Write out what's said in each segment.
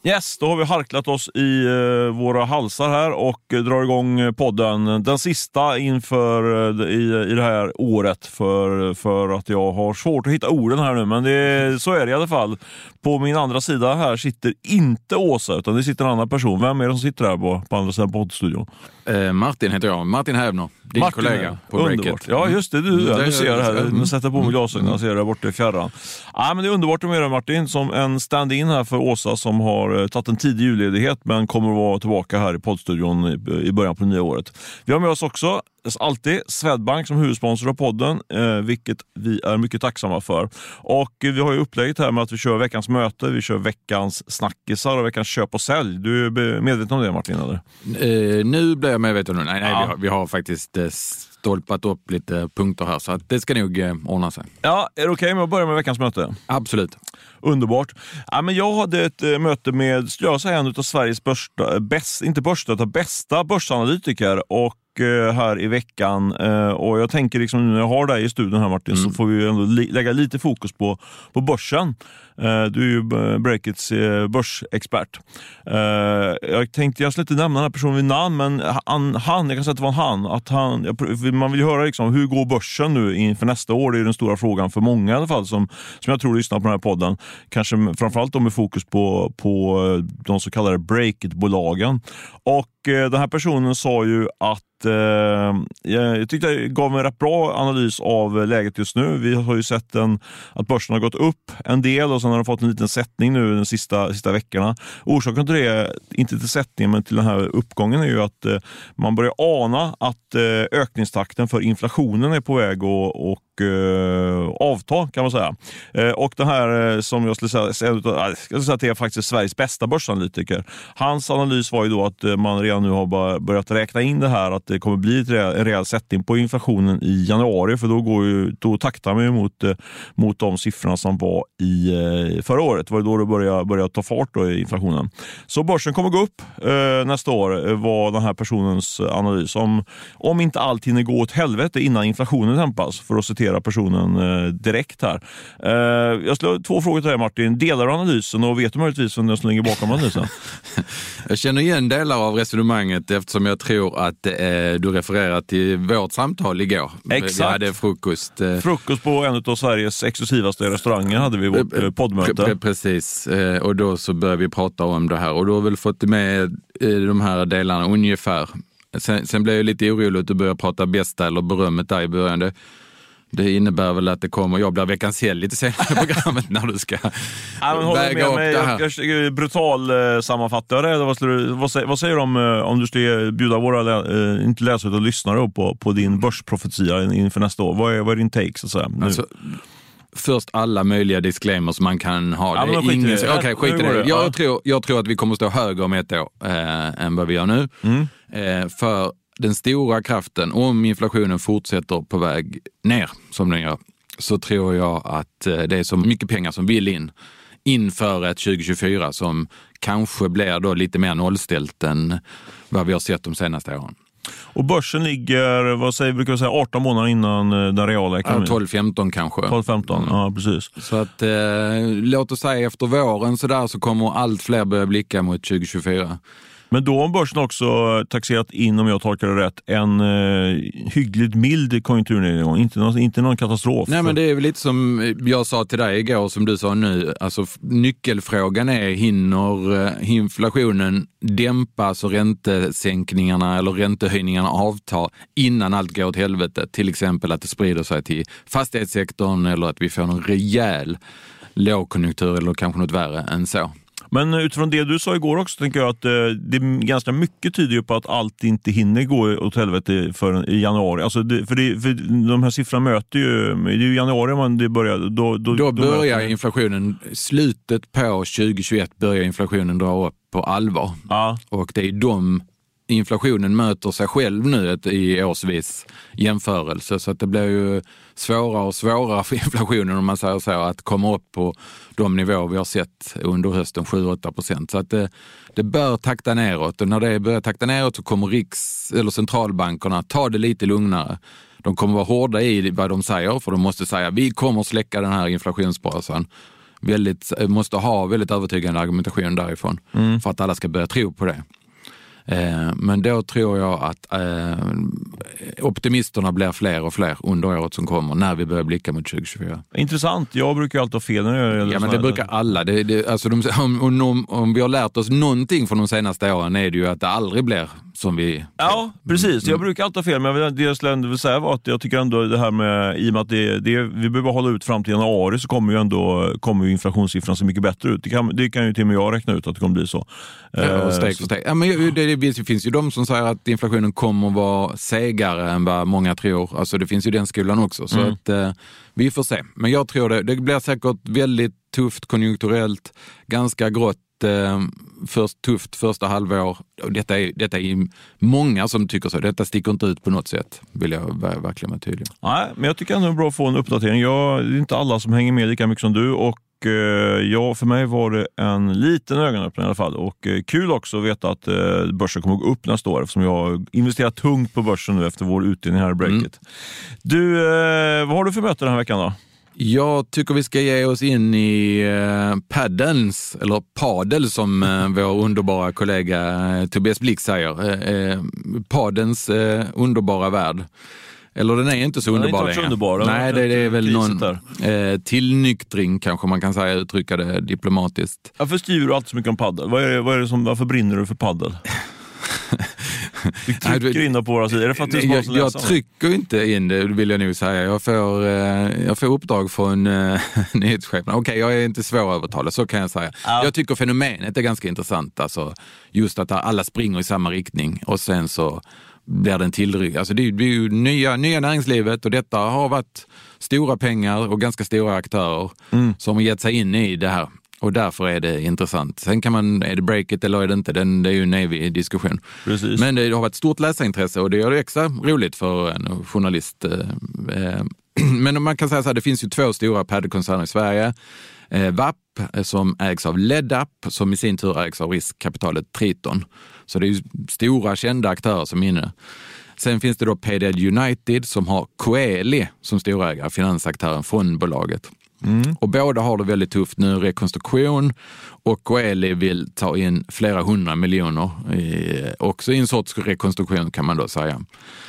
Yes, då har vi harklat oss i våra halsar här och drar igång podden. Den sista inför i det här året för att jag har svårt att hitta orden här nu. Men så är det i alla fall. På min andra sida här sitter inte Åsa utan det sitter en annan person. Vem är det som sitter här på andra sidan poddstudion? Martin heter jag. Martin Hävner, din kollega på Breakit. Ja just det, du ser det här. Nu sätter på mig glasögonen och ser det borta i fjärran. Ja, men det är underbart med dig Martin som en stand-in här för Åsa som har tagit en tidig julledighet men kommer att vara tillbaka här i poddstudion i början på det nya året. Vi har med oss också alltid Swedbank som huvudsponsor av podden, vilket vi är mycket tacksamma för. Och vi har ju upplägget här med att vi kör veckans möte, vi kör veckans snackisar och veckans köp och sälj. Du är medveten om det Martin, eller? Nu blir jag medveten om det. Nej, vi har faktiskt stolpat upp lite punkter här så att det ska nog ordna sig. Ja, är det okej med att börja med veckans möte? Absolut. Underbart. Ja, men jag hade ett möte med, skulle jag säga, en av Sveriges bästa börsanalytiker och här i veckan och jag tänker liksom när jag har dig i studion här Martin så får vi ändå lägga lite fokus på börsen. Du är ju Breakits börsexpert. Jag tänkte jag skulle inte nämna den här personen vid namn men jag kan säga att det var man vill höra liksom, hur går börsen nu inför nästa år, det är den stora frågan för många i alla fall som jag tror lyssnar på den här podden. Kanske framförallt med fokus på de så kallade Breakit-bolagen. Och den här personen sa ju att jag tyckte det gav mig en rätt bra analys av läget just nu. Vi har ju sett att börsen har gått upp en del och sen har de fått en liten sättning nu de sista veckorna. Orsaken till det, inte till sättningen men till den här uppgången är ju att man börjar ana att ökningstakten för inflationen är på väg och avta kan man säga. Och det här som jag skulle säga att det är faktiskt Sveriges bästa börsanalytiker. Hans analys var ju då att man redan nu har börjat räkna in det här att det kommer bli en rejäl sättning på inflationen i januari för då taktar man ju mot de siffrorna som var i förra året. Det var då det började ta fart då i inflationen. Så börsen kommer gå upp nästa år var den här personens analys om inte allt hinner gå åt helvete innan inflationen dämpas för att citera personen direkt här. Jag skulle ha 2 frågor till dig Martin. Delar du analysen och vet du möjligtvis vem som ligger bakom analysen? Jag känner igen delar av resonemanget eftersom jag tror att du refererar till vårt samtal igår. Exakt. Vi hade frukost. Frukost på en av Sveriges exklusivaste restauranger hade vi vårt poddmöte. Precis. Och då så började vi prata om det här och då har väl fått med de här delarna ungefär. Sen blev jag lite orolig att du började prata bästa eller berömmet där i början. Det innebär väl att det kommer, jag blir veckans helg lite senare i programmet när du ska väga upp det här. Jag brutal sammanfattare. Vad säger du om du skulle bjuda våra inte läsare och lyssnare på din börsprofetia inför nästa år? Vad är din take så att säga? Alltså, först alla möjliga disclaimers man kan ha. Okej, skit i det. Jag tror att vi kommer stå högre om ett år än vad vi gör nu. För den stora kraften, om inflationen fortsätter på väg ner som den gör, så tror jag att det är så mycket pengar som vill inför ett 2024 som kanske blir då lite mer nollställt än vad vi har sett de senaste åren. Och börsen ligger, brukar vi säga, 18 månader innan den reala ekonomin? 12-15 kanske. 12-15, ja precis. Så att låt oss säga efter våren så kommer allt fler börja blicka mot 2024. Men då har börsen också taxerat in, om jag tolkar det rätt, en hyggligt mild konjunkturnedgång, inte någon katastrof. Nej, men det är väl lite som jag sa till dig igår, som du sa nu. Alltså nyckelfrågan är, hinner inflationen dämpas och räntesänkningarna eller räntehöjningarna avta innan allt går åt helvete? Till exempel att det sprider sig till fastighetssektorn eller att vi får en rejäl lågkonjunktur eller kanske något värre än så. Men utifrån det du sa igår också tänker jag att det är ganska mycket tyder ju på att allt inte hinner gå åt helvete för i januari. Alltså för de här siffrorna möter ju, det är ju januari man det börjar. Då börjar inflationen, slutet på 2021 börjar inflationen dra upp på allvar. Ja. Och det är inflationen möter sig själv nu i årsvis jämförelse, så att det blir ju svårare och svårare för inflationen, om man säger så, att komma upp på de nivåer vi har sett under hösten, 7-8%. Så att det bör takta neråt, och när det börjar takta neråt så kommer centralbankerna ta det lite lugnare. De kommer vara hårda i vad de säger, för de måste säga vi kommer släcka den här inflationsbrasan. måste ha väldigt övertygande argumentation därifrån för att alla ska börja tro på det. Men då tror jag att optimisterna blir fler och fler under året som kommer när vi börjar blicka mot 2024. Intressant. Jag brukar alltid ha fel när jag gör Ja, men det brukar alla. Alltså om vi har lärt oss någonting från de senaste åren är det ju att det aldrig blir som vi... Ja, precis. Jag brukar alltid ha fel, men det jag skulle vilja säga var att jag tycker ändå det här med, i och med att vi behöver hålla ut fram till januari, så kommer ju inflationssiffran så mycket bättre ut. Det kan ju till och med jag räkna ut att det kommer bli så. Ja, steg för steg. Ja, men det finns ju de som säger att inflationen kommer att vara segare än vad många tror. Alltså det finns ju den skolan också. Så att vi får se. Men jag tror det blir säkert väldigt tufft konjunkturellt, ganska grått. Först tufft första halvår. Detta är många som tycker så. Detta sticker inte ut på något sätt, vill jag verkligen vara tydlig. Nej, men jag tycker ändå det är bra att få en uppdatering. Det är inte alla som hänger med lika mycket som du, och för mig var det en liten ögonöppning i alla fall, och kul också att veta att börsen kommer att gå upp nästa år, eftersom jag har investerat tungt på börsen nu efter vår utdelning här i breaket. Du, vad har du för möte den här veckan då? Jag tycker vi ska ge oss in i paddens, eller padel som vår underbara kollega Tobias Blick säger. Padens underbara värld. Eller den är inte så underbar längre. Underbar. Nej, det är väl någon tillnyktring kanske man kan säga, uttrycka det diplomatiskt. Varför skriver du alltid så mycket om paddel? Varför brinner du för paddel? Du trycker in på våra sidor. Är det för att du jag trycker inte in det, vill jag nog säga. Jag får uppdrag från nyhetschefen. Okej, jag är inte svår att övertala, så kan jag säga. Ja. Jag tycker fenomenet är ganska intressant. Alltså, just att alla springer i samma riktning och sen så blir det en tillrygg. Alltså det blir ju nya näringslivet, och detta har varit stora pengar och ganska stora aktörer som har gett sig in i det här. Och därför är det intressant. Sen är det breaket eller är det inte? Det är ju en evig diskussion. Precis. Men det har varit stort läsarintresse, och det gör det extra roligt för en journalist. Men man kan säga så här, det finns ju 2 stora paddelkoncerner i Sverige. VAP som ägs av LedUp, som i sin tur ägs av riskkapitalet Triton. Så det är ju stora kända aktörer som är inne. Sen finns det då PDL United som har Coeli som storägare, finansaktören Fondbolaget. Och båda har det väldigt tufft nu, rekonstruktion, och Coeli vill ta in flera 100 miljoner också i en sorts rekonstruktion, kan man då säga.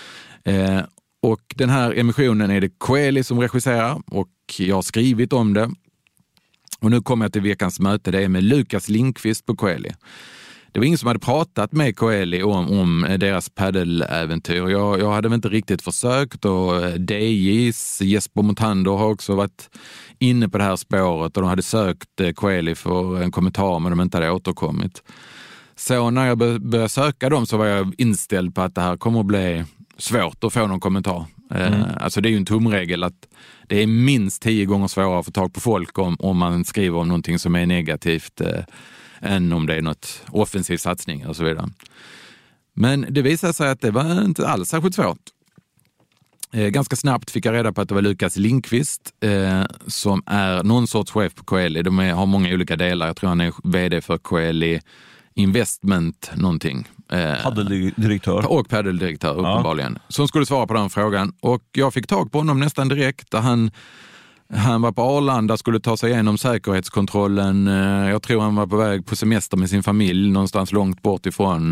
Och den här emissionen är det Coeli som regisserar, och jag har skrivit om det. Och nu kommer jag till veckans möte, det är med Lukas Lindqvist på Coeli. Det var ingen som hade pratat med Coeli om deras paddeläventyr. Jag hade väl inte riktigt försökt, och DJs Jesper Montander har också varit inne på det här spåret, och de hade sökt Coeli för en kommentar, men de inte hade återkommit. Så när jag började söka dem så var jag inställd på att det här kommer att bli svårt att få någon kommentar. Alltså det är ju en tumregel att det är minst 10 gånger svårare att få tag på folk om man skriver om någonting som är negativt än om det är något offensiv satsning och så vidare. Men det visade sig att det var inte alls särskilt svårt. Ganska snabbt fick jag reda på att det var Lukas Lindqvist som är någon sorts chef på Coeli. De har många olika delar. Jag tror han är vd för Coeli Investment någonting. Paddeldirektör. Och paddeldirektör uppenbarligen. Som skulle svara på den frågan. Och jag fick tag på honom nästan direkt. Han var på Arlanda, skulle ta sig igenom säkerhetskontrollen. Jag tror han var på väg på semester med sin familj någonstans långt bort ifrån.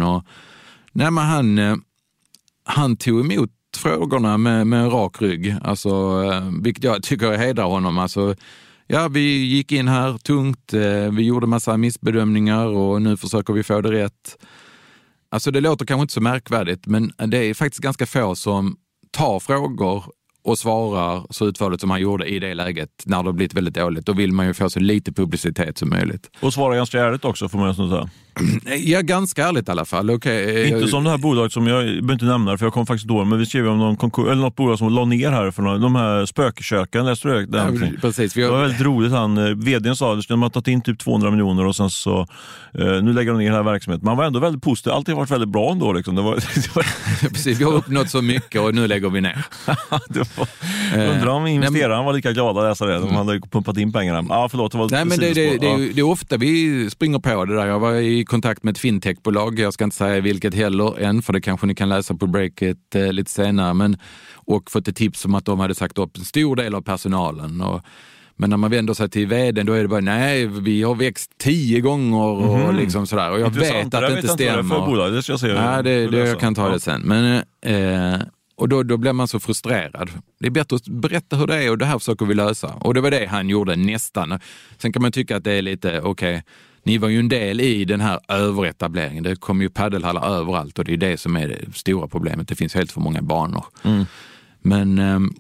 Men han tog emot frågorna med en rak rygg. Alltså, vilket jag tycker hedrar honom. Alltså, ja, vi gick in här tungt. Vi gjorde massa missbedömningar och nu försöker vi få det rätt. Alltså det låter kanske inte så märkvärdigt, men det är faktiskt ganska få som tar frågor och svarar så utförligt som han gjorde i det läget när det har blivit väldigt dåligt. Då vill man ju få så lite publicitet som möjligt. Och svara ganska ärligt också, får man nästan säga. Ja, ganska ärligt i alla fall. Okay. Inte som det här bolaget som jag behöver inte nämna det, för jag kom faktiskt då, men vi skrev om något bolag som la ner här för de här spökköken. Läste du det? Ja, precis. Det var väldigt roligt. Vdn sa att de har tagit in typ 200 miljoner och sen så nu lägger de ner den här verksamheten. Man var ändå väldigt positiv. Allt har varit väldigt bra ändå. Liksom. Det var... Precis, vi har uppnått så mycket och nu lägger vi ner. Undrar om investerarna var lika glada att läsa det. De hade pumpat in pengarna. Ja, förlåt. Det är ofta vi springer på det där. Jag var i kontakt med ett fintechbolag. Jag ska inte säga vilket heller än, för det kanske ni kan läsa på breaket lite senare. Och fått ett tips om att de hade sagt upp en stor del av personalen. Men när man vänder sig till vdn, då är det bara, nej, vi har växt 10 gånger och liksom sådär. Och jag vet att det inte stämmer. Det ska jag säga. Nej, jag kan ta det sen. Men, och då blir man så frustrerad. Det är bättre att berätta hur det är och det här försöker vi lösa. Och det var det han gjorde nästan. Sen kan man tycka att det är lite, okej, ni var ju en del i den här överetableringen. Det kommer ju paddelhallar överallt och det är det som är det stora problemet. Det finns helt för många banor. Men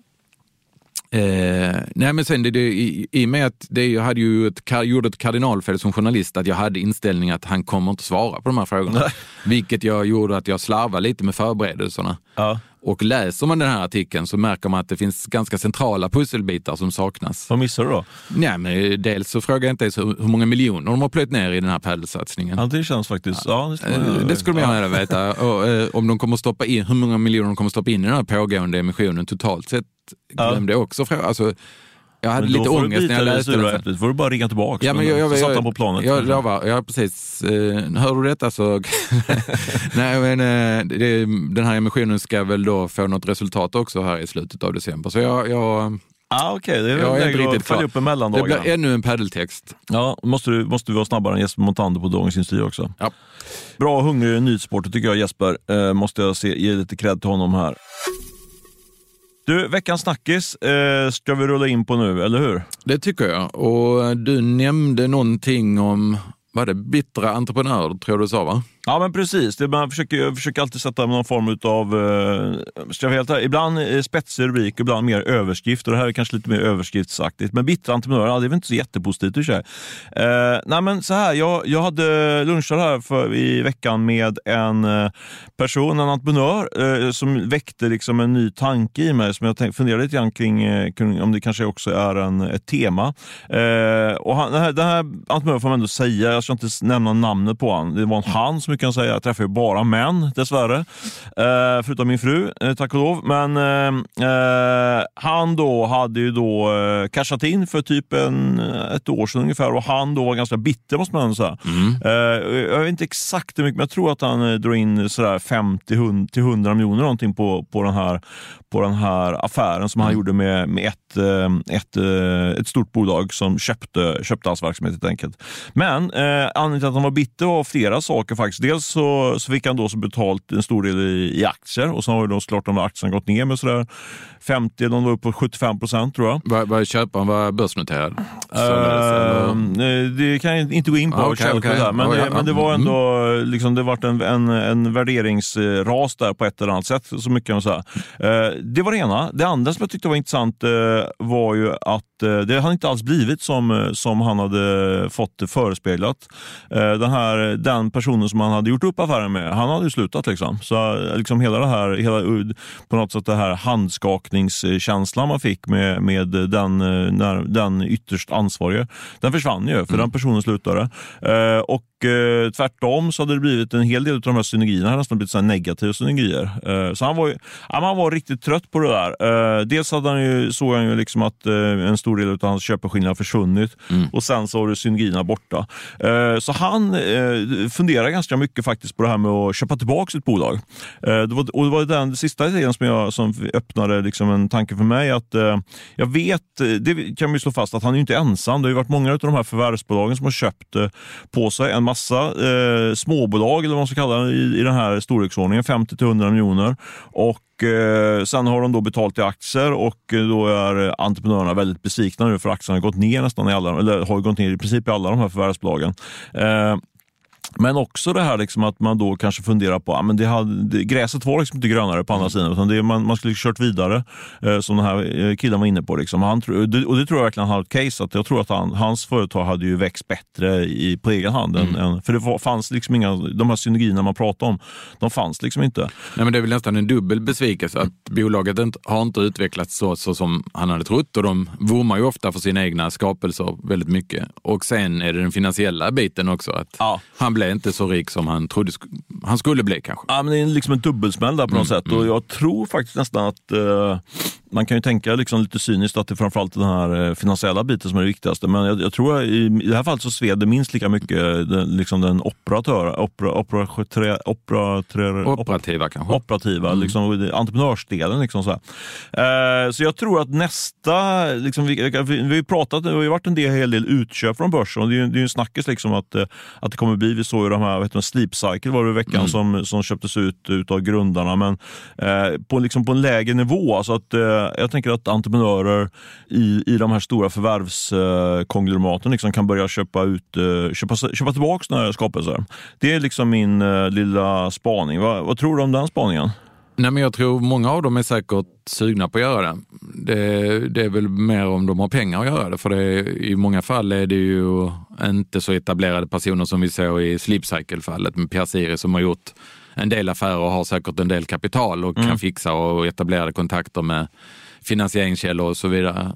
nej, men sen i och med att jag hade ju gjort ett kardinalfel som journalist, att jag hade inställning att han kommer inte svara på de här frågorna. Vilket jag gjorde att jag slarvade lite med förberedelserna. Ja. Och läser man den här artikeln så märker man att det finns ganska centrala pusselbitar som saknas. Vad missar du då? Nej, men dels så frågar jag inte ens hur många miljoner de har plöjt ner i den här paddelsatsningen. Ja, det känns faktiskt. Ja, det skulle man gärna veta. Och, om de kommer stoppa in, hur många miljoner de kommer stoppa in i den här pågående emissionen totalt sett, glömde jag också fråga. Alltså, jag hade lite ångest när jag läste det. Då får du bara ringa tillbaka. Ja, men jag satt han på planet. Jag lovar, ja precis. Hör du detta så... Nej, men den här emissionen ska väl då få något resultat också här i slutet av december. Så okej. Det är inte riktigt följa upp en mellandagar. Det blir ännu en paddeltext. Ja, måste vi vara snabbare än Jesper Montander på Dagens Industri också. Ja. Bra och hungrig nyhetssport tycker jag, Jesper. Måste jag ge lite cred till honom här. Du, veckans snackis ska vi rulla in på nu, eller hur? Det tycker jag. Och du nämnde någonting om, vad det bittra entreprenörer, tror du sa, va? Ja, men precis. Jag försöker alltid sätta någon form av ibland spetsig rubrik, ibland mer överskrift. Och det här är kanske lite mer överskriftsaktigt. Men bittra entreprenörer, det är väl inte så jättepositivt i sig. Nej, men så här. Jag hade lunchat här i veckan med en person, en entreprenör, som väckte liksom en ny tanke i mig som jag funderade lite grann kring om det kanske också är ett tema. Och den här entreprenören får man ändå säga, jag ska inte nämna namnet på han. Det var han som kan säga, jag träffar ju bara män dessvärre, förutom min fru, tack och lov, men han då hade ju då cashat in för typ ett år sedan ungefär, och han då var ganska bitter, måste man säga. Jag vet inte exakt hur mycket, men jag tror att han drog in sådär 50-100 miljoner någonting på den här affären som han gjorde med ett stort bolag som köpte hans verksamhet helt enkelt. Men anledningen till att han var bitter var flera saker faktiskt. Dels så fick han då så betalt en stor del i aktier, och så har ju då såklart de aktierna gått ner med sådär 50, de var upp på 75%, tror jag. Vad köper han? Var börsnoterad? Det kan jag inte gå in på. Okay. Men det var ändå liksom, det var en värderingsras där på ett eller annat sätt, så mycket kan man säga. Det var det ena. Det andra som jag tyckte var intressant var ju att det hade inte alls blivit som han hade fått förespeglat. Den personen som han hade gjort upp affären med, han hade ju slutat liksom. Så liksom hela på något sätt det här handskakningskänslan man fick med den ytterst ansvarige, den försvann ju för den personen slutade. Och tvärtom så hade det blivit en hel del av de här synergierna hade nästan blivit så här negativa synergier. Så han var riktigt trött på det där. Dels såg han ju liksom att en stor del av hans köpeskillnad försvunnit, och sen så var det synergierna borta. Så han funderar ganska mycket faktiskt på det här med att köpa tillbaka sitt bolag. Det var den sista idén som öppnade liksom en tanke för mig, att jag vet, det kan vi slå fast, att han är inte ensam. Det har ju varit många av de här förvärvsbolagen som har köpt på sig en massa småbolag, eller vad man ska kalla det, i den här storleksordningen, 50-100 miljoner. Och sen har de då betalt i aktier, och då är entreprenörerna väldigt besvikna nu, för aktierna har gått ner nästan har gått ner i princip i alla de här förvärvsbolagen. Men också det här liksom att man då kanske funderar på gräset var liksom inte grönare på andra sidan, utan man skulle kört vidare, som den här killen var inne på liksom. Och det tror jag verkligen har ett case, att jag tror att hans företag hade ju växt bättre på egen hand för det fanns liksom de här synergierna man pratar om, de fanns liksom inte. Nej, men det är väl nästan en dubbel besvikelse att bolaget har inte utvecklats så som han hade trott, och de vurmar ju ofta för sina egna skapelser väldigt mycket. Och sen är det den finansiella biten också, att han blev inte så rik som han trodde han skulle bli kanske. Ja, men det är liksom en dubbelsmäll där på något sätt. Och jag tror faktiskt nästan att man kan ju tänka liksom lite cyniskt att det är framförallt den här finansiella biten som är det viktigaste. Men jag tror att i det här fallet så sved det minst lika mycket den operativa liksom, entreprenörsdelen. Liksom, så jag tror att nästa, liksom, vi har pratat, det har ju varit en hel del utköp från börsen och det är ju en snackis liksom, att det kommer bli, vi såg ju de här Sleep Cycle var det i veckan som köptes ut av grundarna, men på en lägre nivå. Så att jag tänker att entreprenörer i de här stora förvärvskonglomeraten liksom kan börja köpa tillbaka såna här skapelser. Det är liksom min lilla spaning. Vad tror du om den spaningen? Nej, men jag tror många av dem är säkert sugna på att göra det. Det är väl mer om de har pengar att göra det. För i många fall är det ju inte så etablerade personer som vi såg i Sleep Cycle-fallet med Pierre Siri som har gjort en del affärer och har säkert en del kapital och kan fixa och etablerade kontakter med finansieringskällor och så vidare.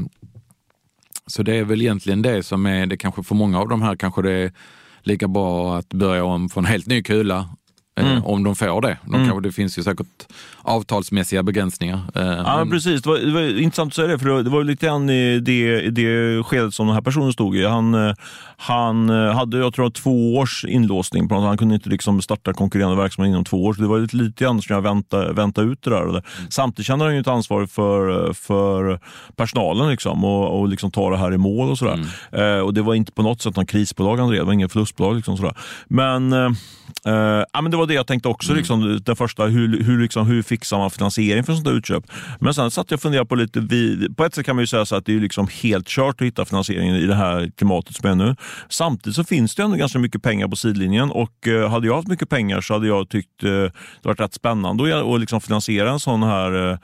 Så det är väl egentligen det som är det, kanske för många av de här kanske det är lika bra att börja om från helt ny kula. Om de får det. Det finns ju säkert avtalsmässiga begränsninga. Ja, men precis. Det var intressant att säga det, för det var lite grann i det skedet som den här personen stod i. Han hade, jag tror, 2 års inlåsning på något. Han kunde inte liksom starta konkurrerande verksamhet inom 2 år. Så det var lite grann som jag vänta ut det där. Samtidigt känner han ju ett ansvar för personalen liksom, och liksom ta det här i mål och sådär. Och det var inte på något sätt någon krisbolag han drev. Det var ingen förlustbolag liksom sådär. Men det var det jag tänkte också, liksom, den första, hur fixar man finansiering för sånt där utköp. Men sen satt jag och funderade på lite, på ett sätt kan man ju säga så att det är liksom helt kört att hitta finansieringen i det här klimatet som är nu. Samtidigt så finns det ändå ganska mycket pengar på sidlinjen, och hade jag haft mycket pengar så hade jag tyckt det varit rätt spännande att liksom finansiera en sån här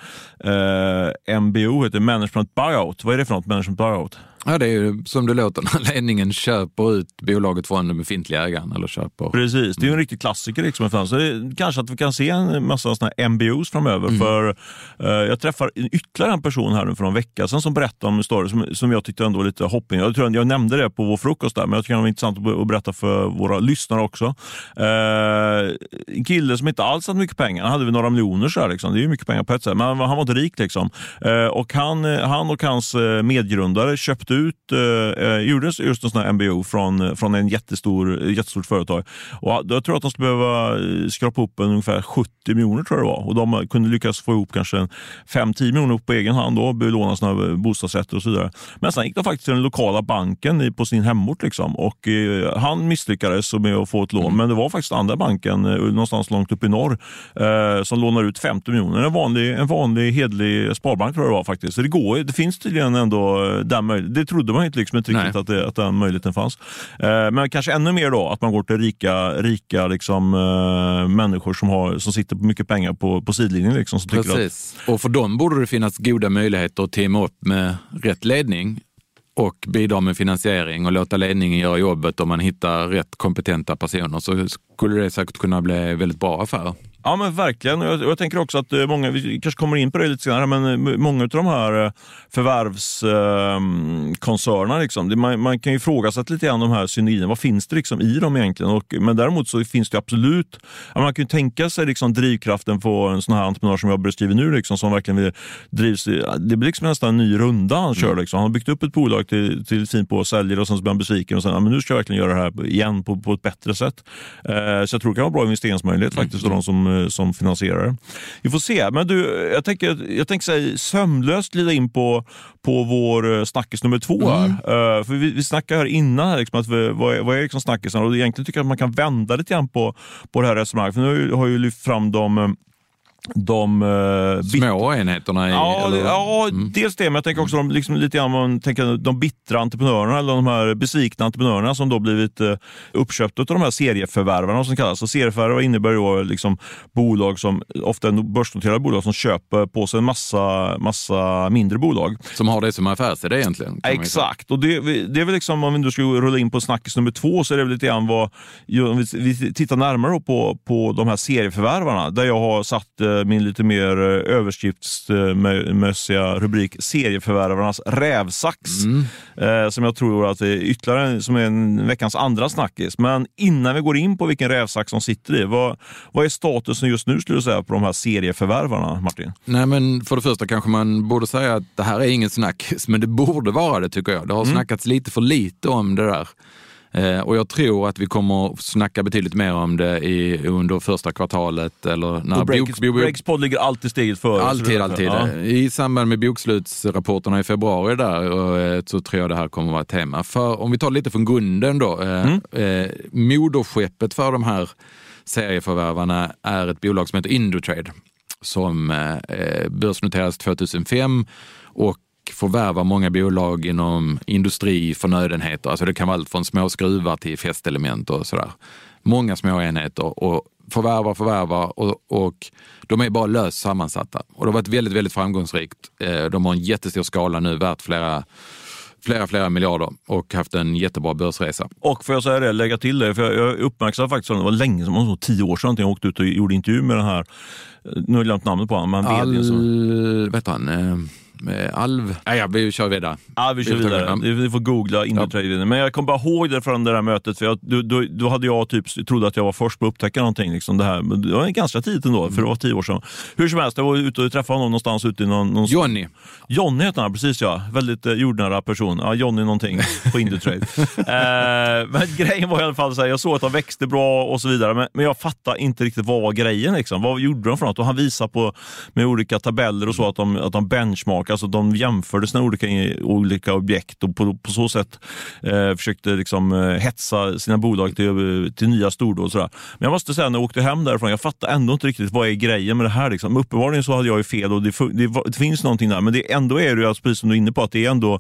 MBO, heter Management Buyout. Vad är det för något, Management Buyout? Ja, det är ju som det låter när ledningen köper ut bolaget från den befintliga ägaren. Eller köper. Precis, det är ju en riktig klassiker. Liksom. Så det är kanske att vi kan se en massa såna här MBOs framöver. För jag träffar ytterligare en person här nu för en vecka sedan som berättade om en story som jag tyckte ändå var lite hopping. Jag tror jag nämnde det på vår frukost där, men jag tycker det var intressant att berätta för våra lyssnare också. En kille som inte alls hade mycket pengar. Han hade väl några miljoner så här, liksom. Det är ju mycket pengar på ett sätt, men han var inte rik liksom. Och han och hans medgrundare köpte gjorde just en sån här MBO från en jättestort företag. Och jag tror att de skulle behöva skrapa upp ungefär 70 miljoner tror jag det var. Och de kunde lyckas få ihop kanske 5-10 miljoner på egen hand då, belåna sina bostadsrätter och så vidare. Men sen gick de faktiskt till den lokala banken på sin hemort liksom. Och han misslyckades med att få ett lån. Men det var faktiskt andra banken någonstans långt upp i norr som lånar ut 50 miljoner. En vanlig hedlig sparbank tror jag det var faktiskt. Så det finns tydligen ändå den möjligheten. Det trodde man inte liksom inte riktigt att den möjligheten fanns. Men kanske ännu mer då att man går till rika liksom, människor som sitter på mycket pengar på sidlinjen. Liksom, som precis. Och för dem borde det finnas goda möjligheter att teama upp med rätt ledning och bidra med finansiering och låta ledningen göra jobbet. Om man hittar rätt kompetenta personer så skulle det säkert kunna bli väldigt bra affärer. Ja, men verkligen. Jag tänker också att många, vi kanske kommer in på det lite senare, men många av de här förvärvskoncernerna liksom, man kan ju ifrågasätta lite grann de här synergierna. Vad finns det liksom i dem egentligen? Men däremot så finns det absolut, man kan ju tänka sig liksom drivkraften på en sån här entreprenör som jag beskriver nu liksom, som verkligen drivs. Det blir liksom nästan en ny runda han kör liksom. Han har byggt upp ett bolag till fint på och säljer och sen så blir han besviken och sen, men nu ska jag verkligen göra det här igen på ett bättre sätt. Så jag tror det kan vara bra investeringsmöjlighet faktiskt för de som finansierar. Vi får se. Men du, jag tänker säga sömlöst lida in på vår snackis nummer 2 här. För vi snackade här innan här, liksom, att vad är liksom snackisen? Och egentligen tycker jag att man kan vända lite grann på det här resonemanget. För nu har ju lyft fram de små enheterna dels det, men jag tänker också liksom lite grann man tänker de bittra entreprenörerna eller de här besvikna entreprenörerna som då blivit uppköpta av de här serieförvärvarna som kallas. Så serieförvärvare innebär ju liksom bolag som ofta är börsnoterade bolag som köper på sig en massa mindre bolag. Som har det som affärsidé egentligen. Exakt, och det är väl liksom, om vi då ska rulla in på snackis nummer 2 så är det väl lite grann om vi tittar närmare på de här serieförvärvarna där jag har satt min lite mer överskriftsmässiga rubrik serieförvärvarnas rävsax. Som jag tror att det är ytterligare som är en veckans andra snackis. Men innan vi går in på vilken rävsax som sitter i, vad är statusen just nu skulle du säga på de här serieförvärvarna, Martin? Nej, men för det första kanske man borde säga att det här är ingen snackis, men det borde vara det tycker jag. Det har snackats lite för lite om det där. Och jag tror att vi kommer snacka betydligt mer om det under första kvartalet. Eller när Breaks podd ligger alltid steget före. Alltid. Ja. I samband med bokslutsrapporterna i februari där så tror jag det här kommer att vara ett tema. För om vi tar lite från grunden då. Moderskeppet för de här serieförvärvarna är ett bolag som heter Indutrade som börsnoterades 2005 och förvärva många bolag inom industri, förnödenheter. Alltså det kan vara allt från små skruvar till fästelement och sådär. Många små enheter och förvärva och de är bara löst sammansatta. Och det har varit väldigt, väldigt framgångsrikt. De har en jättestor skala nu, värt flera miljarder och haft en jättebra börsresa. Och får jag säga det, lägga till det, för jag uppmärksammade faktiskt att det var länge som 10 år sedan jag åkte ut och gjorde intervju med den här, nu har jag glömt namnet på honom, vet han, Alv. Ja, vi kör vidare. Ja, vi kör vidare. Vi får googla Indutrade. Men jag kommer bara ihåg det från det där mötet, för då hade jag trodde att jag var först på att upptäcka någonting liksom det här. Men det var ganska tidigt ändå, för det var 10 år sedan. Hur som helst, jag var ute och träffade honom någonstans ute i någon Johnny heter han, precis ja. Väldigt jordnära person. Ja, Johnny någonting på Indutrade. Men grejen var i alla fall så här, jag såg att de växte bra och så vidare, men jag fattade inte riktigt vad var grejen liksom. Vad gjorde de för något? Och han visade på med olika tabeller och så att de benchmarkade. Alltså de jämförde sina olika objekt och på så sätt försökte liksom hetsa sina bolag till nya stordåd och sådär. Men jag måste säga, när jag åkte hem därifrån, jag fattar ändå inte riktigt vad är grejen med det här liksom. Uppenbarligen så hade jag ju fel och det finns någonting där, men ändå är det ju, precis som du är inne på, att det är ändå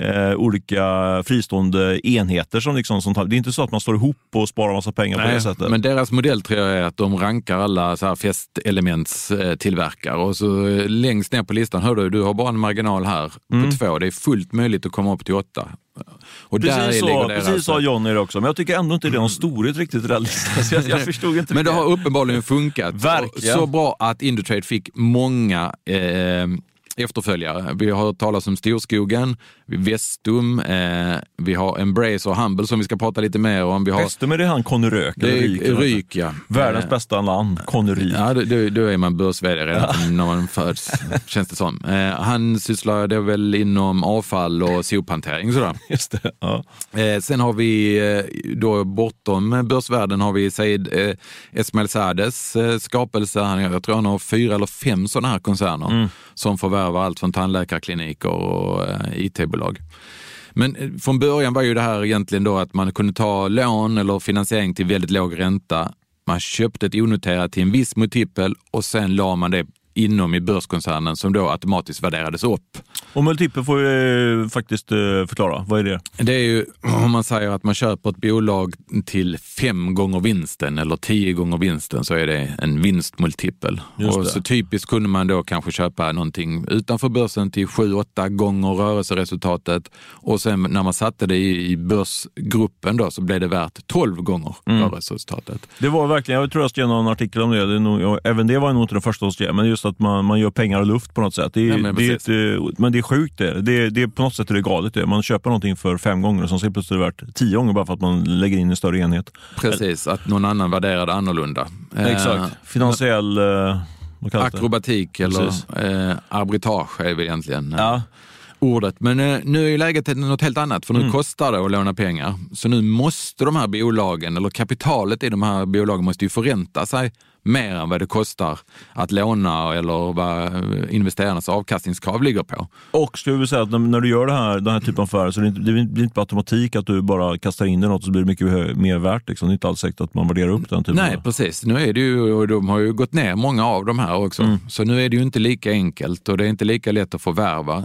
olika fristående enheter som liksom sånt här. Det är inte så att man står ihop och sparar massa pengar på det sättet. Men deras modell tror jag är att de rankar alla så här fästtillverkare och så längst ner på listan, hör du har bara en marginal här på 2. Det är fullt möjligt att komma upp till 8. Och precis sa Johnny det också. Men jag tycker ändå inte det är någon storhet riktigt realistiskt. Jag förstod inte. Men det har uppenbarligen funkat. Verkligen. Så bra att Indutrade fick många efterföljare. Vi har talat om Storskogen, Vestum, vi har Embrace och Humble som vi ska prata lite mer om. Vestum är det han Conny Rök? Ryk, ja. Världens bästa namn, Conny Ryk. Ja, då är man börs-vd redan när man föds, känns det som. Han sysslar det väl inom avfall och sophantering sådär. Just det, ja. Sen har vi då bortom börsvärlden har vi Said Esmail Sades skapelse. Jag tror han har 4 eller 5 sådana här koncerner som förvärvar allt från tandläkarkliniker och IT-bolag. Men från början var ju det här egentligen då att man kunde ta lån eller finansiering till väldigt låg ränta. Man köpte ett onoterat till en viss multipel och sen la man det inom i börskoncernen som då automatiskt värderades upp. Och multipel får vi faktiskt förklara. Vad är det? Det är ju om man säger att man köper ett bolag till 5 gånger vinsten eller 10 gånger vinsten, så är det en vinstmultipel. Och så typiskt kunde man då kanske köpa någonting utanför börsen till 7-8 gånger rörelseresultatet, och sen när man satte det i börsgruppen då så blev det värt 12 gånger rörelseresultatet. Det var verkligen, jag tror jag skrev någon artikel om det, även det var nog inte det första som skrev, men just att man gör pengar och luft på något sätt. Men det är sjukt det. Det är på något sätt är det galet det. Man köper någonting för 5 gånger och så plötsligt är det värt 10 gånger bara för att man lägger in en större enhet. Precis, att någon annan värderade annorlunda. Exakt. Finansiell akrobatik eller arbitrage är väl egentligen ordet. Men nu är ju läget något helt annat, för nu kostar det att låna pengar. Så nu måste de här bolagen, eller kapitalet i de här bolagen måste ju förränta sig mer än vad det kostar att låna eller vad investerarnas avkastningskrav ligger på. Och skulle vi säga att när du gör den här typen av affärer, så det blir inte på automatik att du bara kastar in det något så blir det mycket mer värt. Liksom. Det är inte alls säkert att man värderar upp den typen. Nej, precis. Nu är det ju, och de har ju gått ner många av de här också. Så nu är det ju inte lika enkelt och det är inte lika lätt att förvärva.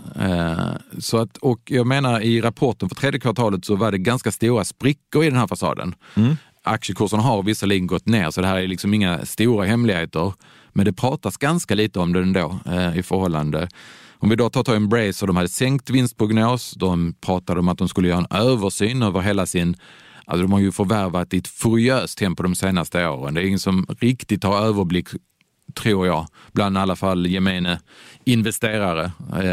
Så att, och jag menar, i rapporten för 3:e kvartalet så var det ganska stora sprickor i den här fasaden. Aktiekursen har visserligen gått ner, så det här är liksom inga stora hemligheter, men det pratas ganska lite om det ändå i förhållande. Om vi då tar Embrace, och de hade sänkt vinstprognos, de pratade om att de skulle göra en översyn över hela sin, alltså de har ju förvärvat i ett furiöst tempo de senaste åren. Det är ingen som riktigt har överblick tror jag, bland i alla fall gemene investerare.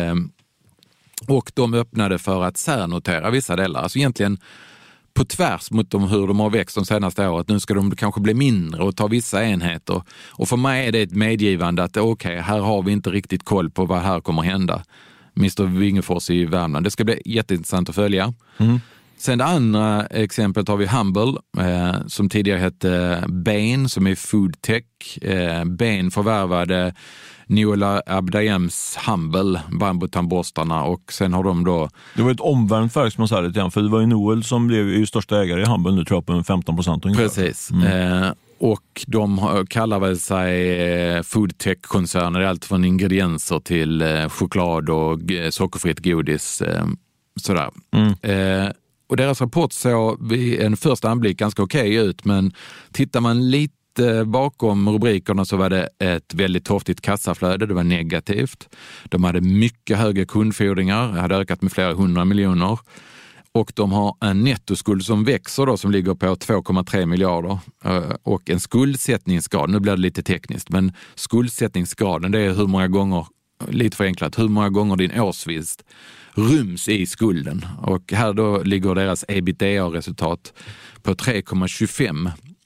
Och de öppnade för att särnotera vissa delar. Alltså egentligen på tvärs mot hur de har växt de senaste året. Nu ska de kanske bli mindre och ta vissa enheter. Och för mig är det ett medgivande att okej, här har vi inte riktigt koll på vad här kommer hända. Mr. Wingefors i Värmland. Det ska bli jätteintressant att följa. Sen det andra exemplet har vi Humble som tidigare hette Bain som är food tech. Bain förvärvade Niola Abdayems Humble, bambutandborstarna, och sen har de då... Det var ett omvänt verk som man sa lite grann, för det var ju Noel som blev ju största ägare i Humble nu, tror jag, på 15% ungefär. Precis. Och de kallar väl sig foodtech-koncerner, allt från ingredienser till choklad och sockerfritt godis. Sådär. Och deras rapport såg vid en första anblick ganska okej ut, men tittar man lite bakom rubrikerna så var det ett väldigt torftigt kassaflöde, det var negativt. De hade mycket högre kundfordringar, hade ökat med flera 100 miljoner. Och de har en nettoskuld som växer då, som ligger på 2,3 miljarder. Och en skuldsättningsgrad, nu blir det lite tekniskt, men skuldsättningsgraden, det är hur många gånger, lite förenklat, hur många gånger din årsvinst ryms i skulden. Och här då ligger deras EBITDA-resultat på 3,25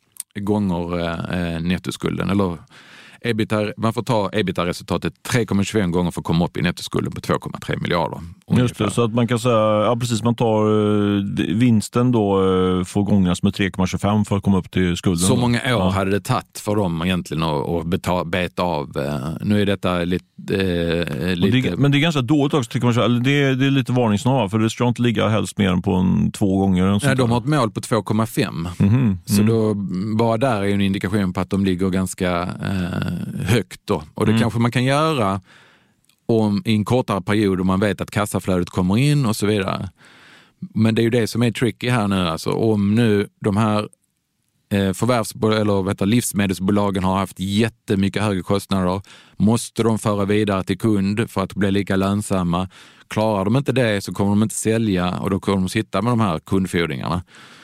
gånger nettoskulden. Eller man får ta EBITDA-resultatet 3,25 gånger för att komma upp i nettoskulden på 2,3 miljarder. Ungefär. Just det, så att man kan säga, ja precis, man tar vinsten då får gångas med 3,25 för att komma upp till skulden. Så många år hade det tagit för dem egentligen att beta av. Nu är detta lite... Men det är ganska dåligt också, tycker man. Eller det är lite varningssignal, för det ska inte ligga helst mer än på 2 gånger. Nej, de har ett mål på 2,5. Så då, bara där är en indikation på att de ligger ganska högt då. Och det kanske man kan göra i en kortare period om man vet att kassaflödet kommer in och så vidare. Men det är ju det som är tricky här nu. Alltså, om nu de här livsmedelsbolagen har haft jättemycket högre kostnader, måste de föra vidare till kund för att bli lika lönsamma. Klarar de inte det så kommer de inte sälja, och då kommer de sitta med de här kundfordringarna.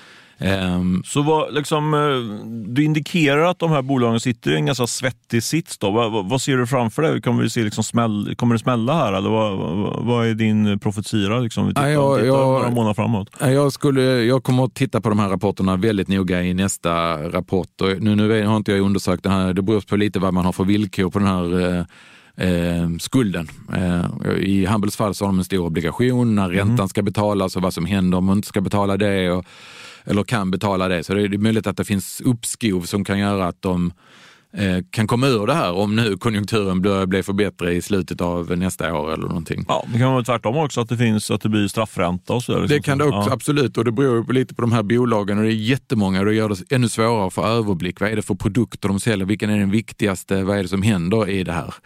Så vad, liksom, du indikerar att de här bolagen sitter i en ganska svettig sits då. Vad ser du framför dig? Kommer vi se liksom kommer det smälla här? Eller vad är din profetia liksom? Vi tittar några månader framåt. Jag kommer att titta på de här rapporterna väldigt noga i nästa rapport. Och nu har inte jag undersökt den här. Det beror på lite vad man har för villkor på den här skulden. I Humbles fall så har de en stor obligation när räntan ska betalas och vad som händer om man inte ska betala det eller kan betala det. Så det är möjligt att det finns uppskov som kan göra att de kan komma ur det här om nu konjunkturen blir för bättre i slutet av nästa år eller någonting. Ja, det kan vara tvärtom också, att det blir straffränta och så där. Det kan det också, absolut, och det beror lite på de här bolagen, och det är jättemånga, och det gör det ännu svårare att få överblick. Vad är det för produkter de säljer? Vilken är den viktigaste? Vad är det som händer i det här?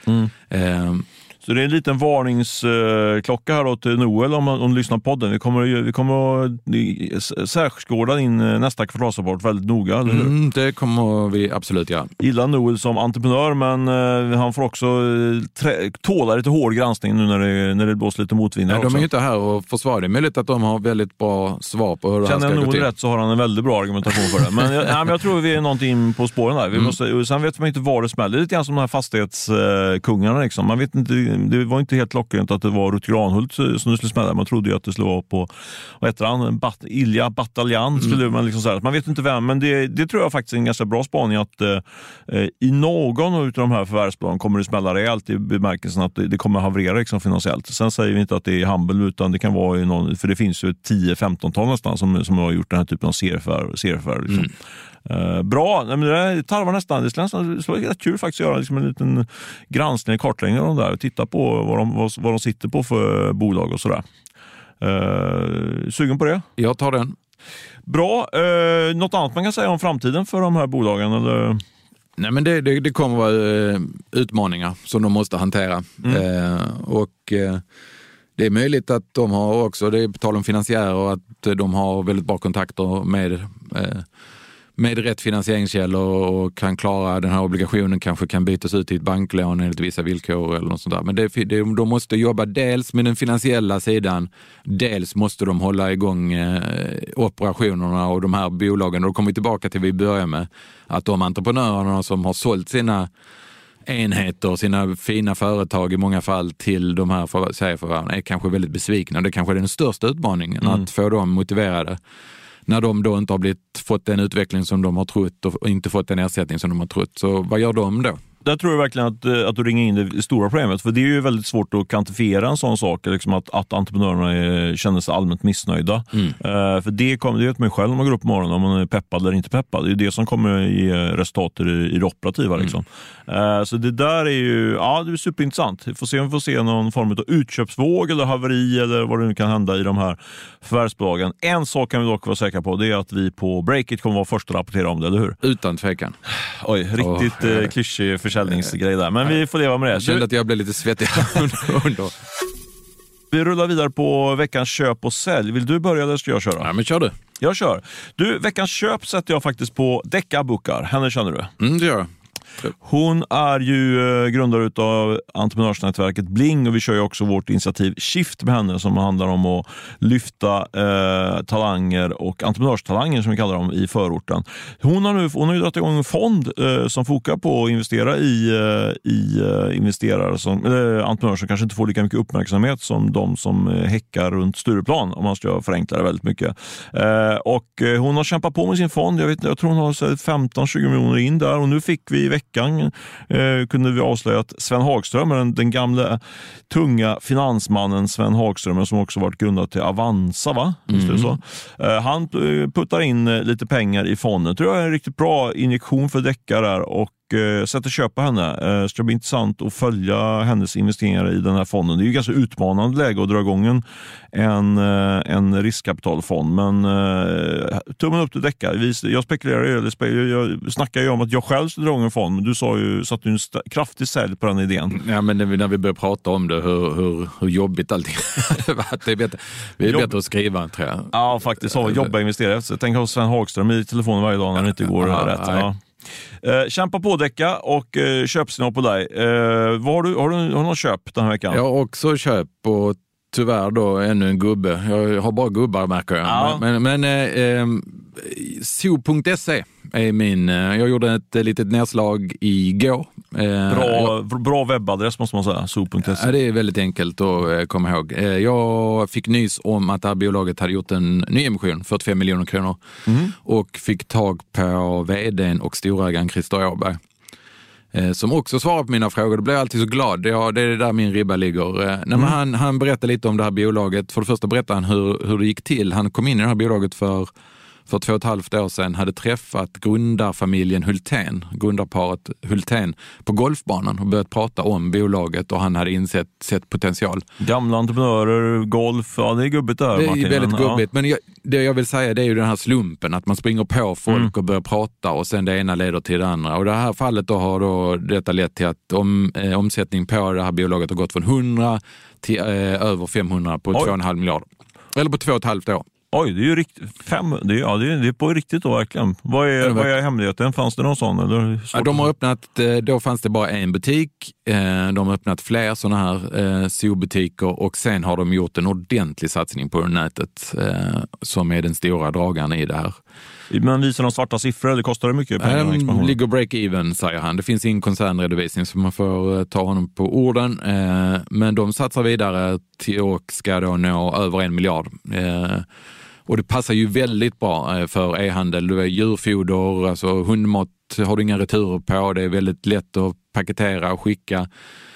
Så det är en liten varningsklocka här då till Noel om du lyssnar på podden. Vi kommer att särskåda in nästa kvartalsrapport väldigt noga, eller hur? Det kommer vi absolut göra. Gillar Noel som entreprenör, men han får också tåla lite hård granskning nu när det blåser lite motvind. De är ju inte här och försvarar. Det är möjligt att de har väldigt bra svar på hur det här ska gå till. Känner Noel rätt så har han en väldigt bra argumentation för det. Men jag tror vi är någonting på spåren där. Sen vet man inte var det smäller. Lite grann som de här fastighetskungarna liksom. Man vet inte. Det var inte helt klockrent att det var Ruth Granhult som det skulle smälla. Man trodde ju att det skulle vara på, vad heter han? Ilja Bataljan skulle man liksom säga. Man vet inte vem, men det tror jag faktiskt är en ganska bra spaning, att i någon av de här förvärvsbolagen kommer det smälla rejält, i bemärkelsen att det kommer haverera liksom finansiellt. Sen säger vi inte att det är Humble, utan det kan vara i någon, för det finns ju 10-15 nästan som har gjort den här typen av serieförvärv liksom. Bra, men det tarvar nästan. Det skulle vara kul faktiskt att göra liksom en liten granskning, kartläggning av de där och titta på vad de sitter på för bolag och sådär. Sugen på det? Jag tar den. Bra. Något annat man kan säga om framtiden för de här bolagen? Eller? Nej, men det kommer vara utmaningar som de måste hantera. Det är möjligt att de har också, det är på tal om finansiärer, att de har väldigt bra kontakter med rätt finansieringskällor och kan klara den här obligationen, kanske kan bytas ut till ett banklån enligt vissa villkor eller något sånt där. Men de måste jobba dels med den finansiella sidan, dels måste de hålla igång operationerna och de här bolagen. Och då kommer vi tillbaka till vi börjar med, att de entreprenörerna som har sålt sina enheter, sina fina företag i många fall till de här serieförvärvarna är kanske väldigt besvikna. Det kanske är den största utmaningen, att få dem motiverade när de då inte fått den utveckling som de har trott och inte fått den ersättning som de har trott. Så vad gör de då? Där tror jag verkligen att du ringer in det stora problemet, för det är ju väldigt svårt att kvantifiera en sån sak, liksom att entreprenörerna känner sig allmänt missnöjda. För det vet man ju själv när man går upp på morgonen, om man är peppad eller inte peppad. Det är ju det som kommer ge resultat i det operativa. Liksom. Så det där är ju det är superintressant. Vi får se om vi får se någon form av utköpsvåg eller haveri eller vad det nu kan hända i de här förvärvsbolagen. En sak kan vi dock vara säkra på, det är att vi på Breakit kommer vara först att rapportera om det, eller hur? Utan tvekan. Oj, riktigt klyschig försäljningsgrej där. Men vi får leva med det. Jag kände att jag blev lite svettig under. Vi rullar vidare på veckans köp och sälj. Vill du börja eller ska jag köra? Ja, men kör du. Jag kör. Du, veckans köp sätter jag faktiskt på Decca Bukar. Henne känner du? Det gör jag. Hon är ju grundare av entreprenörsnätverket Bling, och vi kör ju också vårt initiativ Shift med henne som handlar om att lyfta talanger och entreprenörstalanger som vi kallar dem i förorten. Hon har ju dragit igång en fond som fokar på att investera i investerare som entreprenörer som kanske inte får lika mycket uppmärksamhet som de som häckar runt Stureplan, om man ska förenkla det väldigt mycket. Och hon har kämpat på med sin fond. Jag tror hon har 15-20 miljoner in där, och nu fick vi i veckan kunde vi avslöja att Sven Hagström, den gamla tunga finansmannen Sven Hagström, som också varit grundad till Avanza, va? Just det, så. Han puttar in lite pengar i fonden. Tror jag är en riktigt bra injektion för Decca där, och sätter köpa henne. Det ska bli intressant att följa hennes investeringar i den här fonden. Det är ju ganska utmanande läge att dra igång en riskkapitalfond, men tummen upp till Decca. Jag snackar ju om att jag själv skulle dra igång en fond, men du satte ju en kraftig sälj på den idén. Ja, men när vi började prata om det, hur jobbigt allting det är bättre att skriva, tror jag. Ja, faktiskt. Jobba och investera. Jag tänker ha Sven Hagström i telefonen varje dag när det inte går rätt. Ja. Kämpa på Decca, och köpsignal på dig. Har du någon köp den här veckan? Jag har också köp, och tyvärr då ännu en gubbe. Jag har bara gubbar, märker jag. Ja. Men so.se är min. Jag gjorde ett litet nedslag igår. Bra webbadress måste man säga, so.se. Ja, det är väldigt enkelt att komma ihåg. Jag fick nys om att det här bolaget hade gjort en nyemission, 45 miljoner kronor. Och fick tag på vdn och storägaren Christer Åberg, som också svarar på mina frågor. Då blir jag alltid så glad. Det är där min ribba ligger. Han berättade lite om det här bolaget. För det första berättade han hur det gick till. Han kom in i det här bolaget för 2,5 år sedan, hade träffat grundarfamiljen Hultén, grundarparet Hultén, på golfbanan och börjat prata om bolaget, och han hade sett potential. Gamla entreprenörer, golf, ja, det är gubbigt där. Det är väldigt gubbigt, men det jag vill säga, det är ju den här slumpen, att man springer på folk och börjar prata, och sen det ena leder till det andra. Och i det här fallet då har detta lett till att omsättning på det här bolaget har gått från 100 till över 500 på 2,5 miljarder. Eller på 2,5 år. Oj, det är ju riktigt. Det är på riktigt då, verkligen. Vad är hemligheten? Fanns det någon sån? Eller de har öppnat, då fanns det bara en butik. De har öppnat fler sådana här zoo-butiker, och sen har de gjort en ordentlig satsning på nätet som är den stora dragaren i det här. Men visar de svarta siffror, eller kostar det mycket pengar? Ligger break-even, säger han. Det finns ingen koncernredovisning, så man får ta honom på orden. Men de satsar vidare och ska då nå över 1 miljard. Och det passar ju väldigt bra för e-handel. Du är djurfoder, alltså hundmat har du inga returer på. Det är väldigt lätt att paketera och skicka.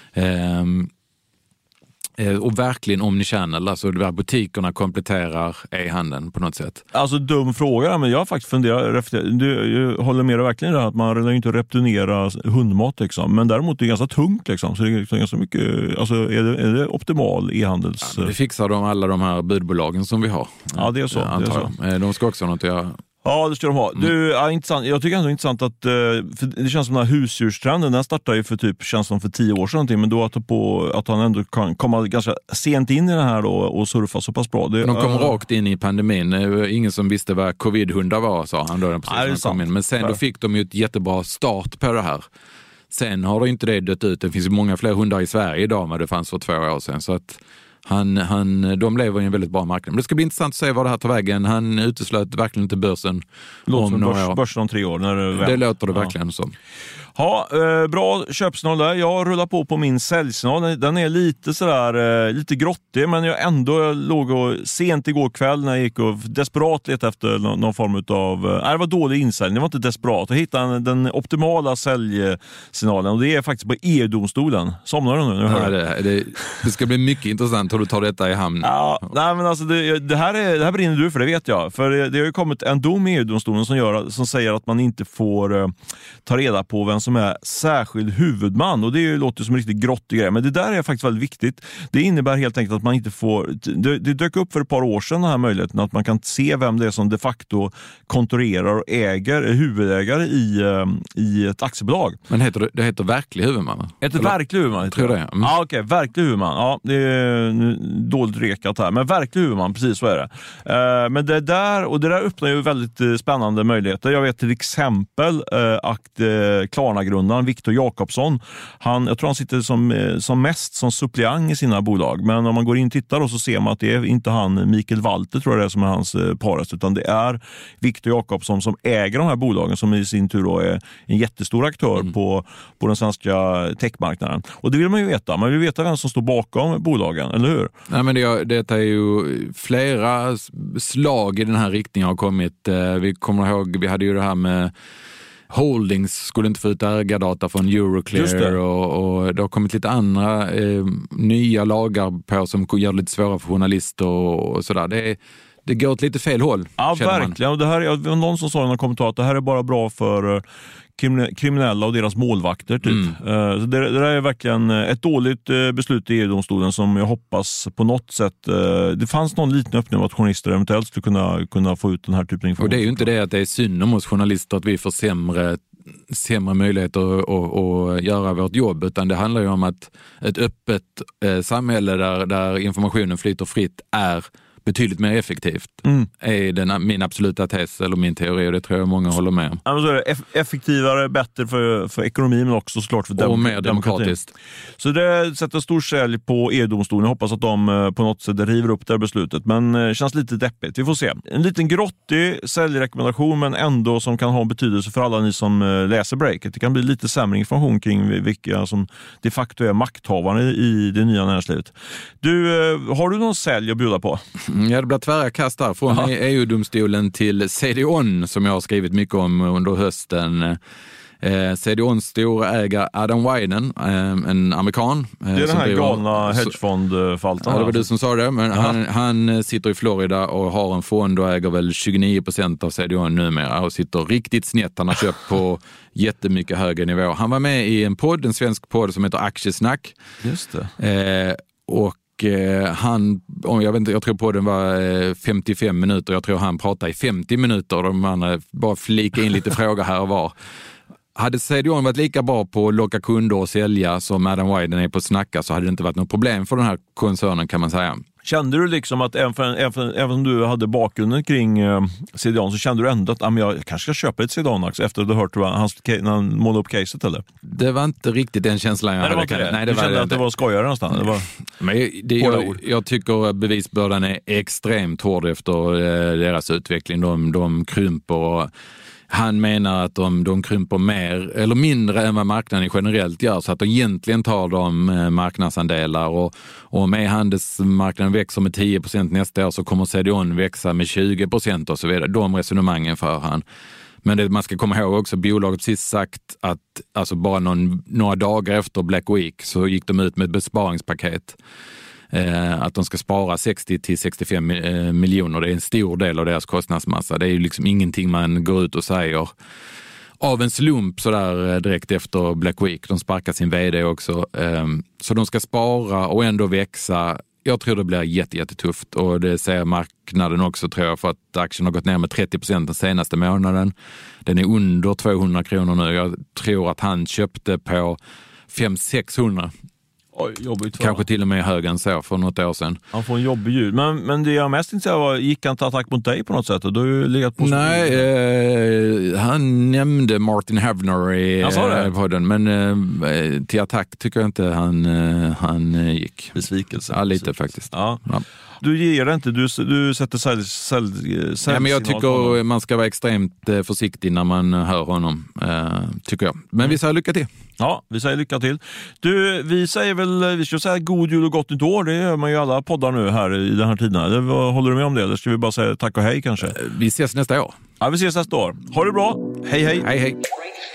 Och verkligen omnichannel, alltså de här butikerna kompletterar e-handeln på något sätt. Alltså dum fråga, men jag har faktiskt funderat, jag håller med verkligen det här att man vill inte returnera hundmat liksom, men däremot är det ganska tungt liksom, så det är ganska mycket, alltså är det optimal e-handels... Ja, det fixar alla de här budbolagen som vi har. Ja, det är så. De ska också ha något att göra. Ja, det ska de ha. Intressant. Jag tycker ändå intressant att för det känns som den här husdjurstrenden, den startade ju känns som för 10 år sedan, men då att han ändå kan komma ganska sent in i den här då, och surfa så pass bra. De kom rakt in i pandemin. Ingen som visste vad covid-hundar var, sa han då. Precis kom in. Men sen då fick de ju ett jättebra start på det här. Sen har det inte det dött ut. Det finns ju många fler hundar i Sverige idag än vad det fanns för 2 år sedan. Så att De lever i en väldigt bra marknad. Men det ska bli intressant att se vad det här tar vägen. Han uteslöt verkligen inte börsen om några år. Börsen om 3 år. Det låter det verkligen som. Ja, bra köpsignal där. Jag rullar på min säljsignal. Den är lite sådär, lite grottig, men jag ändå låg och sent igår kväll när jag gick och desperat letade efter någon form av... det var dålig insäljning, det var inte desperat. Jag hittade den optimala säljsignalen och det är faktiskt på EU-domstolen. Somnar du nu? Det ska bli mycket intressant hur du tar detta i hamn. Ja, nej, men alltså det här brinner du för, det vet jag. För det har ju kommit en dom i EU-domstolen som säger att man inte får ta reda på vem som är särskild huvudman, och det låter som en riktigt grottig grej, men det där är faktiskt väldigt viktigt. Det innebär helt enkelt att man inte får... Det dök upp för ett par år sedan den här möjligheten att man kan se vem det är som de facto kontrollerar och är huvudägare i ett aktiebolag. Men det heter verklig huvudman? Verklig huvudman? Tror det. Ja, okej. Verklig huvudman. Ja, det är dåligt rekat här. Men verklig huvudman, precis så är det. Men det där öppnar ju väldigt spännande möjligheter. Jag vet till exempel att Klarna-grundaren Viktor Jakobsson, jag tror han sitter som mest som suppleant i sina bolag. Men om man går in och tittar så ser man att det är inte han Mikael Walter, tror jag det är, som är hans parast, utan det är Viktor Jakobsson som äger de här bolagen, som i sin tur då är en jättestor aktör på den svenska techmarknaden. Och det vill man ju veta. Man vill veta vem som står bakom bolagen, eller hur? Nej, men det är ju flera slag i den här riktningen har kommit. Vi kommer ihåg, vi hade ju det här med Holdings skulle inte få ut ägardata från Euroclear och det har kommit lite andra nya lagar på som gör det lite svårare för journalister och sådär. Det går åt lite fel håll. Ja, verkligen. Och det här är någon som sa i någon kommentar att det här är bara bra för kriminella och deras målvakter typ. Så det är verkligen ett dåligt beslut i EU-domstolen som jag hoppas på något sätt... det fanns någon liten öppning att journalister eventuellt skulle kunna få ut den här typen av information. Och det är ju inte det att det är synd om oss journalister att vi får sämre möjligheter att göra vårt jobb, utan det handlar ju om att ett öppet samhälle där informationen flyter fritt är betydligt mer effektivt. Är min absoluta tes eller min teori, och det tror jag många håller med om. Ja, så är det effektivare, bättre för ekonomin, men också såklart för och mer demokratiskt. Så det sätter stor sälj på EU-domstolen. Jag hoppas att de på något sätt river upp det här beslutet, men känns lite deppigt. Vi får se. En liten grottig säljrekommendation, men ändå som kan ha betydelse för alla ni som läser breaket. Det kan bli lite sämre information kring vilka som de facto är makthavarna i det nya näringslivet. Har du någon sälj att bjuda på? Ja, det blir tvära kast där från EU-domstolen till CDON som jag har skrivit mycket om under hösten. CDONs stora ägare Adam Wyden, en amerikan. Det är den här galna hedgefondfalten. Ja, det var du som sa det, men han sitter i Florida och har en fond och äger väl 29% av CDON numera och sitter riktigt snett. Han har köpt på jättemycket högre nivå. Han var med i en svensk podd som heter Aktiesnack. Just det. Och jag tror på den var 55 minuter. Jag tror han pratade i 50 minuter. De andra bara flika in lite frågor här och var. Hade CDON varit lika bra på att locka kunder och sälja som Adam Wyden är på att snacka, så hade det inte varit något problem för den här koncernen, kan man säga. Kände du liksom att även om du hade bakgrunden kring CDON, så kände du ändå att jag kanske ska köpa ett CDON-aktie efter att du hört när han målade upp caset, eller? Det var inte riktigt den känslan jag hade. Nej, du kände att det var skojare nästan? Det var men jag tycker bevisbördan är extremt hård efter deras utveckling. De krymper och han menar att de krymper mer eller mindre än vad marknaden generellt gör, så att de egentligen tar de marknadsandelar och om e-handelsmarknaden växer med 10% nästa år så kommer CDON växa med 20% och så vidare. De resonemangen för han. Men man ska komma ihåg också, bolaget precis sagt att alltså bara några dagar efter Black Week så gick de ut med ett besparingspaket. Att de ska spara 60-65 miljoner. Det är en stor del av deras kostnadsmassa. Det är ju liksom ingenting man går ut och säger av en slump så där direkt efter Black Week. De sparkar sin vd också. Så de ska spara och ändå växa. Jag tror det blir jättetufft, och det ser marknaden också, tror jag, för att aktien har gått ner med 30% den senaste månaden. Den är under 200 kronor nu. Jag tror att han köpte på 500-600. Oj, jobbigt för Kanske till och med högre än så för något år sedan. Han får en jobbig ljud. Men det jag mest intresserad var, gick han till attack mot dig på något sätt? Och du har ju legat på... Nej, han nämnde Martin Havner i podden, men till attack tycker jag inte han gick. Besvikelse. Ja, lite faktiskt. Ja. Du ger det inte, du sätter sälj. Ja, men jag tycker man ska vara extremt försiktig när man hör honom, tycker jag. Men vi säger lycka till. Ja, vi säger lycka till. Du, vi ska säga god jul och gott nytt år. Det gör man ju alla poddar nu här i den här tiden. Eller, håller du med om det? Eller ska vi bara säga tack och hej kanske? Vi ses nästa år. Ja, vi ses nästa år. Ha det bra. Hej, hej. Hej, hej.